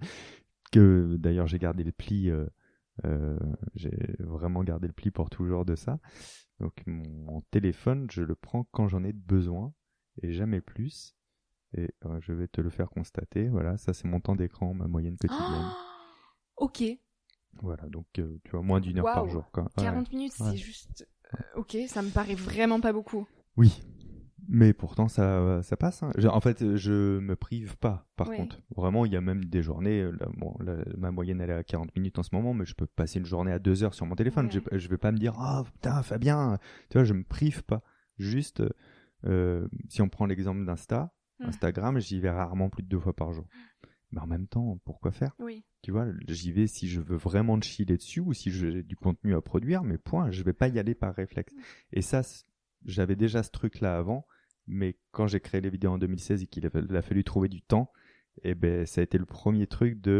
Que d'ailleurs j'ai gardé le pli. Euh, Euh, j'ai vraiment gardé le pli pour toujours de ça. Donc mon, mon téléphone, je le prends quand j'en ai besoin et jamais plus. Et euh, je vais te le faire constater. Voilà, ça c'est mon temps d'écran, ma moyenne quotidienne. Oh, ok. Voilà, donc euh, tu vois, moins d'une heure wow. par jour. Quoi. quarante ouais. minutes, ouais. c'est juste... Euh, ok, ça me paraît vraiment pas beaucoup. Oui. Mais pourtant, ça, ça passe. Hein. Je, en fait, je me prive pas, par ouais. contre. Vraiment, il y a même des journées, là, bon, là, ma moyenne, elle est à quarante minutes en ce moment, mais je peux passer une journée à deux heures sur mon téléphone. Ouais. Je, je vais pas me dire, ah, oh, putain, Fabien, tu vois, je me prive pas. Juste, euh, si on prend l'exemple d'Insta, mmh. Instagram, j'y vais rarement plus de deux fois par jour. Mais en même temps, pourquoi faire? Oui. Tu vois, j'y vais si je veux vraiment te chiller dessus ou si j'ai du contenu à produire, mais point, je vais pas y aller par réflexe. Mmh. Et ça, j'avais déjà ce truc-là avant. Mais quand j'ai créé les vidéos en deux mille seize et qu'il a fallu trouver du temps, eh ben, ça a été le premier truc de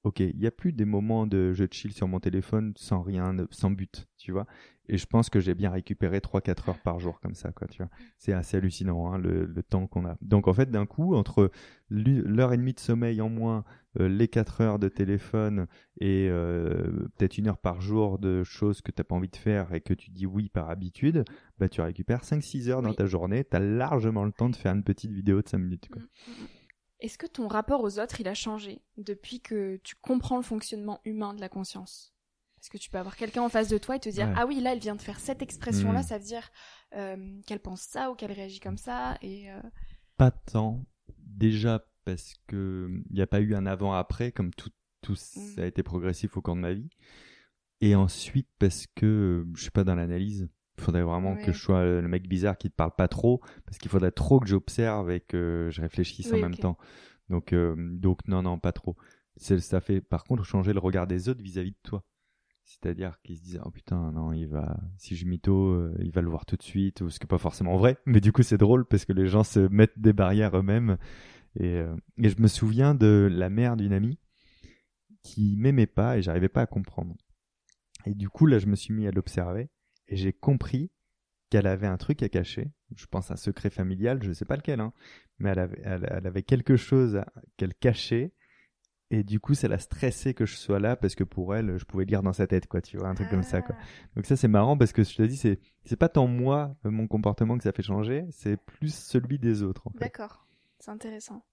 ok, il n'y a plus des moments de je chill sur mon téléphone sans rien, sans but, tu vois. Et je pense que j'ai bien récupéré trois quatre heures par jour comme ça, quoi, tu vois. C'est assez hallucinant, hein, le, le temps qu'on a. Donc en fait, d'un coup, entre l'heure et demie de sommeil en moins, euh, les quatre heures de téléphone et euh, peut-être une heure par jour de choses que tu n'as pas envie de faire et que tu dis oui par habitude, bah, tu récupères cinq six heures dans Oui. ta journée. Tu as largement le temps de faire une petite vidéo de cinq minutes, quoi. Est-ce que ton rapport aux autres, il a changé depuis que tu comprends le fonctionnement humain de la conscience ? Parce que tu peux avoir quelqu'un en face de toi et te dire Ouais. ah oui, là, elle vient de faire cette expression-là, Mmh. ça veut dire euh, qu'elle pense ça ou qu'elle réagit comme ça. Et euh... Pas tant. Déjà parce que il n'y a pas eu un avant-après, comme tout, tout ça a été progressif au cours de ma vie. Et ensuite parce que je suis pas dans l'analyse. Il faudrait vraiment Ouais. que je sois le mec bizarre qui te parle pas trop, parce qu'il faudrait trop que j'observe et que je réfléchisse Oui, en même ok. temps. Donc, euh, donc non, non, pas trop. C'est, ça fait par contre changer le regard des autres vis-à-vis de toi. C'est-à-dire qu'ils se disent oh putain non il va si je mytho euh, il va le voir tout de suite, ou ce qui est pas forcément vrai, mais du coup c'est drôle parce que les gens se mettent des barrières eux-mêmes. Et, euh, et je me souviens de la mère d'une amie qui m'aimait pas et j'arrivais pas à comprendre. Et du coup là je me suis mis à l'observer et j'ai compris qu'elle avait un truc à cacher. Je pense un secret familial, je sais pas lequel, hein, mais elle avait, elle, elle avait quelque chose à- qu'elle cachait. Et du coup, ça l'a stressé que je sois là parce que pour elle, je pouvais lire dans sa tête, quoi, tu vois, un truc comme ça, quoi. Donc ça, c'est marrant parce que je te dis, c'est, c'est pas tant moi, euh, mon comportement que ça fait changer, c'est plus celui des autres, en fait. D'accord, c'est intéressant.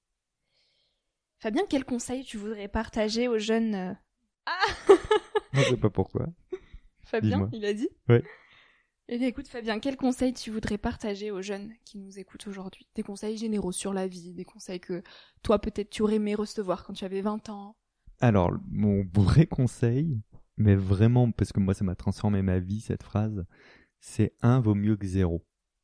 Fabien, quel conseil tu voudrais partager aux jeunes euh... Ah Je sais pas pourquoi. Fabien, Dis-moi. il a dit Ouais. Eh bien, écoute, Fabien, quel conseil tu voudrais partager aux jeunes qui nous écoutent aujourd'hui ? Des conseils généraux sur la vie, des conseils que toi, peut-être, tu aurais aimé recevoir quand tu avais vingt ans. Alors, mon vrai conseil, mais vraiment, parce que moi, ça m'a transformé ma vie, cette phrase, c'est un vaut mieux que zéro.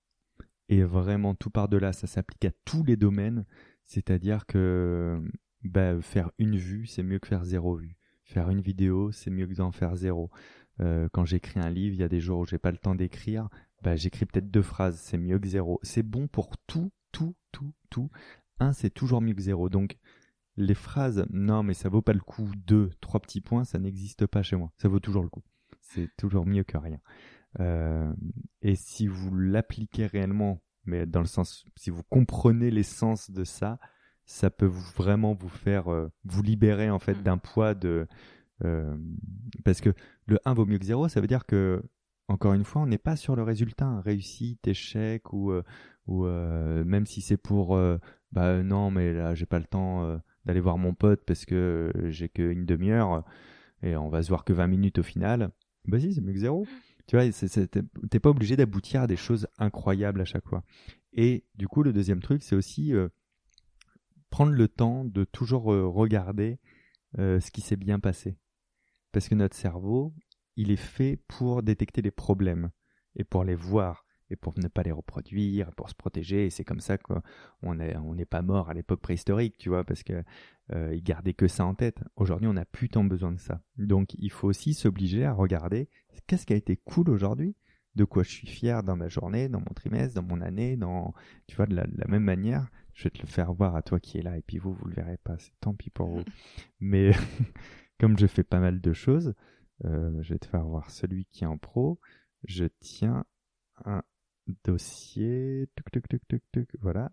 Et vraiment, tout par-delà, ça s'applique à tous les domaines. C'est-à-dire que bah, faire une vue, c'est mieux que faire zéro vue. Faire une vidéo, c'est mieux que d'en faire zéro. Euh, quand j'écris un livre, il y a des jours où j'ai pas le temps d'écrire, bah, j'écris peut-être deux phrases, c'est mieux que zéro. C'est bon pour tout, tout, tout, tout. Un, c'est toujours mieux que zéro. Donc, les phrases, non, mais ça vaut pas le coup, deux, trois petits points, ça n'existe pas chez moi. Ça vaut toujours le coup. C'est toujours mieux que rien. Euh, et si vous l'appliquez réellement, mais dans le sens, si vous comprenez l'essence de ça, ça peut vous, vraiment vous faire, euh, vous libérer en fait d'un poids de, euh, parce que le un vaut mieux que zéro, ça veut dire que, encore une fois, on n'est pas sur le résultat, hein, réussite, échec, ou, euh, ou euh, même si c'est pour, euh, bah non, mais là j'ai pas le temps euh, d'aller voir mon pote parce que euh, j'ai qu'une demi-heure et on va se voir que vingt minutes au final. Bah si, c'est mieux que zéro. Tu vois, c'est, c'est, t'es pas obligé d'aboutir à des choses incroyables à chaque fois. Et du coup, le deuxième truc, c'est aussi euh, prendre le temps de toujours euh, regarder euh, ce qui s'est bien passé. Parce que notre cerveau, il est fait pour détecter les problèmes et pour les voir et pour ne pas les reproduire, pour se protéger. Et c'est comme ça qu'on n'est on n'est pas mort à l'époque préhistorique, tu vois, parce que euh, ils gardaient que ça en tête. Aujourd'hui, on n'a plus tant besoin de ça. Donc, il faut aussi s'obliger à regarder qu'est-ce qui a été cool aujourd'hui, de quoi je suis fier dans ma journée, dans mon trimestre, dans mon année, dans, tu vois, de la, de la même manière. Je vais te le faire voir à toi qui es là, et puis vous, vous le verrez pas. C'est tant pis pour vous. Mais comme je fais pas mal de choses, euh, je vais te faire voir celui qui est en pro. Je tiens un dossier, tuc, tuc, tuc, tuc, tuc, voilà.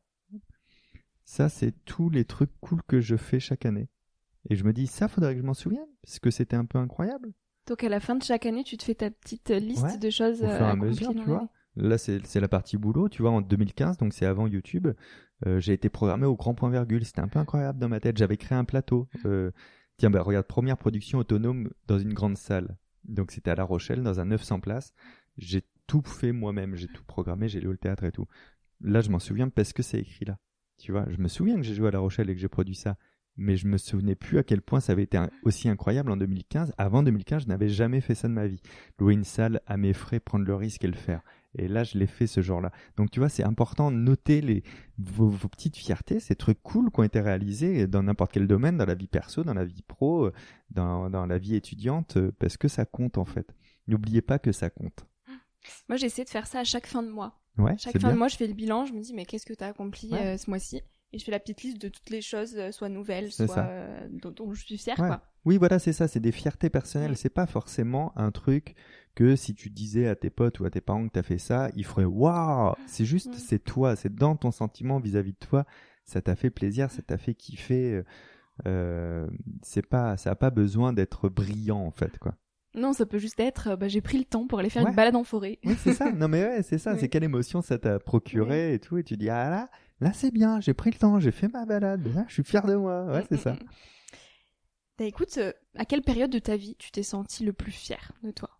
Ça, c'est tous les trucs cool que je fais chaque année. Et je me dis, ça, faudrait que je m'en souvienne, parce que c'était un peu incroyable. Donc, à la fin de chaque année, tu te fais ta petite liste Ouais, de choses au fur et à accomplies mesure, dans tu vois. l'année. Là, c'est, c'est la partie boulot, tu vois, en deux mille quinze, donc c'est avant YouTube. Euh, j'ai été programmé au grand point virgule. C'était un peu incroyable dans ma tête. J'avais créé un plateau. Euh, tiens, bah, regarde, première production autonome dans une grande salle. Donc, c'était à La Rochelle, dans un neuf cents places. J'ai tout fait moi-même. J'ai tout programmé, j'ai loué le théâtre et tout. Là, je m'en souviens parce que c'est écrit là. Tu vois, je me souviens que j'ai joué à La Rochelle et que j'ai produit ça. Mais je me souvenais plus à quel point ça avait été un, aussi incroyable en deux mille quinze. Avant deux mille quinze, je n'avais jamais fait ça de ma vie. Louer une salle à mes frais, prendre le risque et le faire. Et là, je l'ai fait ce jour-là. Donc, tu vois, c'est important de noter les, vos, vos petites fiertés, ces trucs cool qui ont été réalisés dans n'importe quel domaine, dans la vie perso, dans la vie pro, dans, dans la vie étudiante, parce que ça compte en fait. N'oubliez pas que ça compte. Moi, j'essaie de faire ça à chaque fin de mois. Ouais, chaque c'est fin bien. de mois, je fais le bilan, je me dis, mais qu'est-ce que tu as accompli Ouais. euh, ce mois-ci ? Et je fais la petite liste de toutes les choses, euh, soit nouvelles, C'est soit ça. euh, dont, dont je suis fière, Ouais. quoi. Oui, voilà, c'est ça, c'est des fiertés personnelles. Ouais. C'est pas forcément un truc que si tu disais à tes potes ou à tes parents que t'as fait ça, ils feraient waouh. C'est juste, Ouais. c'est toi, c'est dans ton sentiment vis-à-vis de toi. Ça t'a fait plaisir, ça t'a fait kiffer. Euh, c'est pas, ça a pas besoin d'être brillant en fait, quoi. Non, ça peut juste être, bah, j'ai pris le temps pour aller faire Ouais. une balade en forêt. Oui, c'est ça. Non, mais ouais, c'est ça. Ouais. C'est quelle émotion ça t'a procuré et tout. Et tu dis, ah là, là, c'est bien. J'ai pris le temps. J'ai fait ma balade. Là, je suis fier de moi. Ouais, c'est ça. Bah, écoute, euh, à quelle période de ta vie tu t'es senti le plus fier de toi?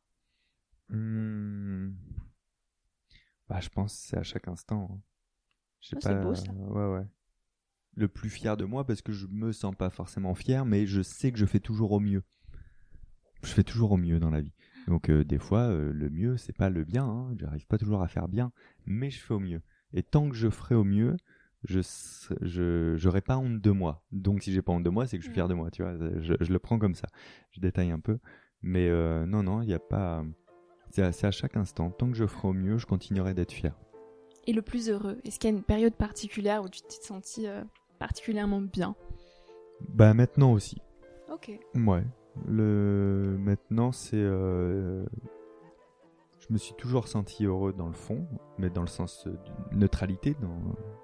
Hmm. Bah, je pense que c'est à chaque instant. hein. Je sais Oh, pas. c'est beau, ça. Ouais, ouais. Le plus fier de moi parce que je me sens pas forcément fier, mais je sais que je fais toujours au mieux. Je fais toujours au mieux dans la vie. Donc euh, des fois, euh, le mieux, c'est pas le bien. Hein. J'arrive pas toujours à faire bien, mais je fais au mieux. Et tant que je ferai au mieux, je je j'aurai pas honte de moi. Donc si j'ai pas honte de moi, c'est que je suis fier de moi. Tu vois, je, je le prends comme ça. Je détaille un peu, mais euh, non, non, il y a pas. C'est à, c'est à chaque instant. Tant que je ferai au mieux, je continuerai d'être fier. Et le plus heureux? Est-ce qu'il y a une période particulière où tu t'es senti euh, particulièrement bien? Bah maintenant aussi. Ok. Ouais. Le maintenant c'est euh... je me suis toujours senti heureux dans le fond, mais dans le sens de neutralité, dans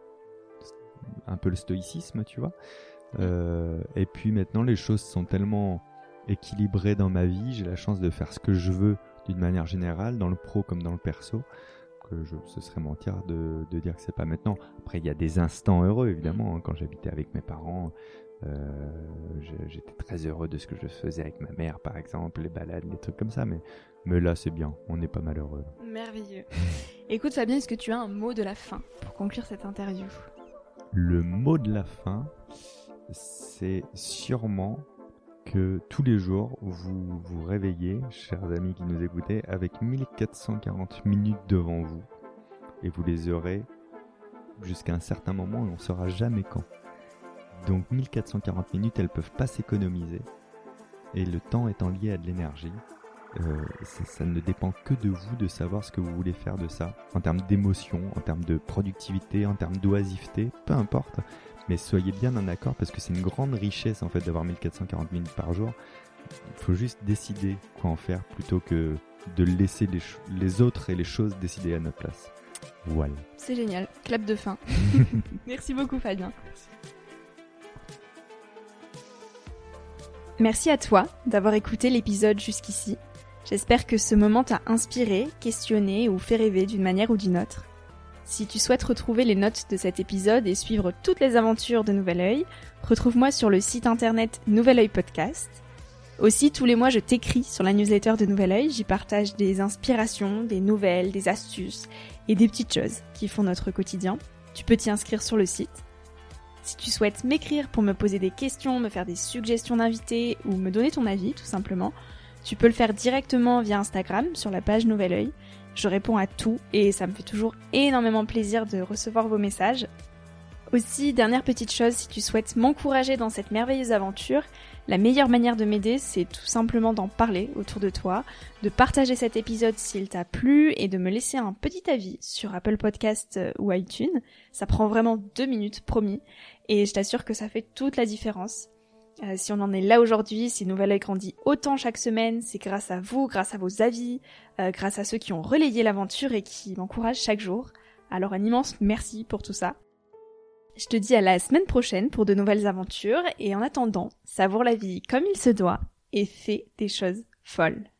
un peu le stoïcisme, tu vois. Euh... Et puis maintenant les choses sont tellement équilibrées dans ma vie, j'ai la chance de faire ce que je veux d'une manière générale, dans le pro comme dans le perso, que je... ce serait mentir de, de dire que c'est pas maintenant. Après il y a des instants heureux évidemment, hein, quand j'habitais avec mes parents. Euh, j'étais très heureux de ce que je faisais avec ma mère par exemple, les balades, les trucs comme ça, mais, mais là c'est bien, on n'est pas malheureux. Merveilleux. Écoute Fabien, est-ce que tu as un mot de la fin pour conclure cette interview? Le mot de la fin, c'est sûrement que tous les jours vous vous réveillez, chers amis qui nous écoutez, avec mille quatre cent quarante minutes devant vous, et vous les aurez jusqu'à un certain moment et on ne saura jamais quand. Donc mille quatre cent quarante minutes, elles peuvent pas s'économiser. Et le temps étant lié à de l'énergie, euh, ça, ça ne dépend que de vous de savoir ce que vous voulez faire de ça. En termes d'émotion, en termes de productivité, en termes d'oisiveté, peu importe. Mais soyez bien en accord parce que c'est une grande richesse en fait d'avoir mille quatre cent quarante minutes par jour. Il faut juste décider quoi en faire plutôt que de laisser les, ch- les autres et les choses décider à notre place. Voilà. C'est génial, clap de fin. Merci beaucoup Fabien. Merci à toi d'avoir écouté l'épisode jusqu'ici. J'espère que ce moment t'a inspiré, questionné ou fait rêver d'une manière ou d'une autre. Si tu souhaites retrouver les notes de cet épisode et suivre toutes les aventures de Nouvel Oeil, retrouve-moi sur le site internet Nouvel Oeil Podcast. Aussi, tous les mois, je t'écris sur la newsletter de Nouvel Oeil. J'y partage des inspirations, des nouvelles, des astuces et des petites choses qui font notre quotidien. Tu peux t'y inscrire sur le site. Si tu souhaites m'écrire pour me poser des questions, me faire des suggestions d'invités ou me donner ton avis, tout simplement, tu peux le faire directement via Instagram sur la page Nouvel Oeil. Je réponds à tout et ça me fait toujours énormément plaisir de recevoir vos messages. Aussi, dernière petite chose, si tu souhaites m'encourager dans cette merveilleuse aventure, la meilleure manière de m'aider, c'est tout simplement d'en parler autour de toi, de partager cet épisode s'il t'a plu et de me laisser un petit avis sur Apple Podcast ou iTunes. Ça prend vraiment deux minutes, promis, et je t'assure que ça fait toute la différence. Euh, si on en est là aujourd'hui, si Nouvel Oeil grandit autant chaque semaine, c'est grâce à vous, grâce à vos avis, euh, grâce à ceux qui ont relayé l'aventure et qui m'encouragent chaque jour. Alors un immense merci pour tout ça. Je te dis à la semaine prochaine pour de nouvelles aventures et en attendant, savoure la vie comme il se doit et fais des choses folles.